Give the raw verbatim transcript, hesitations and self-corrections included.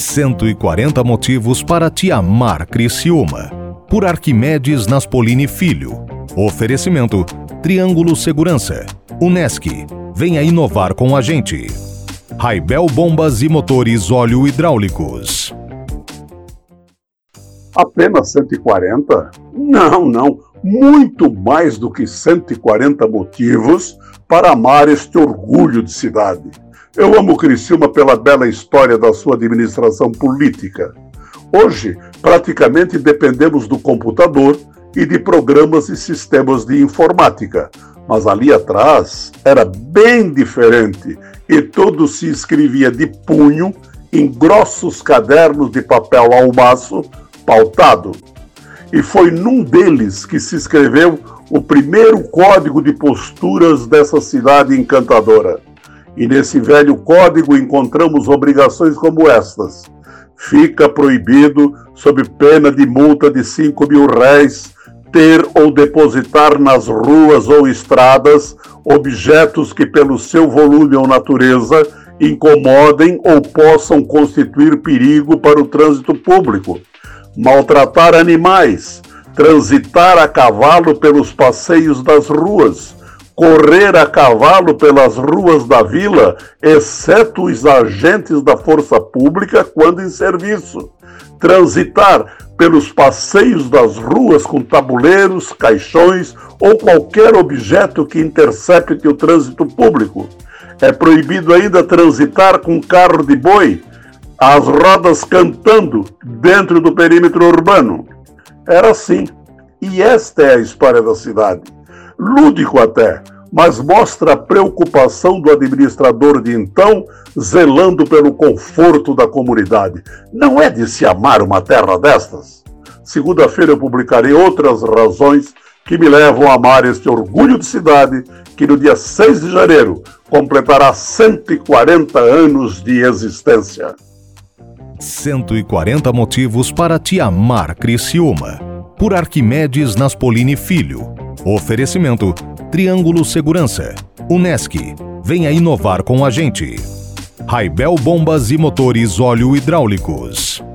cento e quarenta motivos para te amar, Criciúma. Por Arquimedes Naspolini Filho. Oferecimento: Triângulo Segurança. Unesc. Venha inovar com a gente. Raibel Bombas e Motores Óleo Hidráulicos. Apenas cento e quarenta? Não, não. Muito mais do que cento e quarenta motivos para amar este orgulho de cidade. Eu amo Criciúma pela bela história da sua administração política. Hoje, praticamente dependemos do computador e de programas e sistemas de informática. Mas ali atrás era bem diferente e tudo se escrevia de punho em grossos cadernos de papel almaço pautado. E foi num deles que se escreveu o primeiro código de posturas dessa cidade encantadora. E nesse velho código encontramos obrigações como estas: fica proibido, sob pena de multa de cinco mil réis, ter ou depositar nas ruas ou estradas objetos que pelo seu volume ou natureza incomodem ou possam constituir perigo para o trânsito público, maltratar animais, transitar a cavalo pelos passeios das ruas, correr a cavalo pelas ruas da vila, exceto os agentes da força pública quando em serviço, transitar pelos passeios das ruas com tabuleiros, caixões ou qualquer objeto que intercepte o trânsito público. É proibido ainda transitar com carro de boi, as rodas cantando dentro do perímetro urbano. Era assim. E esta é a história da cidade. Lúdico até, mas mostra a preocupação do administrador de então, zelando pelo conforto da comunidade. Não é de se amar uma terra destas? Segunda-feira eu publicarei outras razões que me levam a amar este orgulho de cidade, que no dia seis de janeiro completará cento e quarenta anos de existência. cento e quarenta motivos para te amar, Criciúma. Por Arquimedes Naspolini Filho. Oferecimento: Triângulo Segurança. Unesc. Venha inovar com a gente. Raibel Bombas e Motores Óleo Hidráulicos.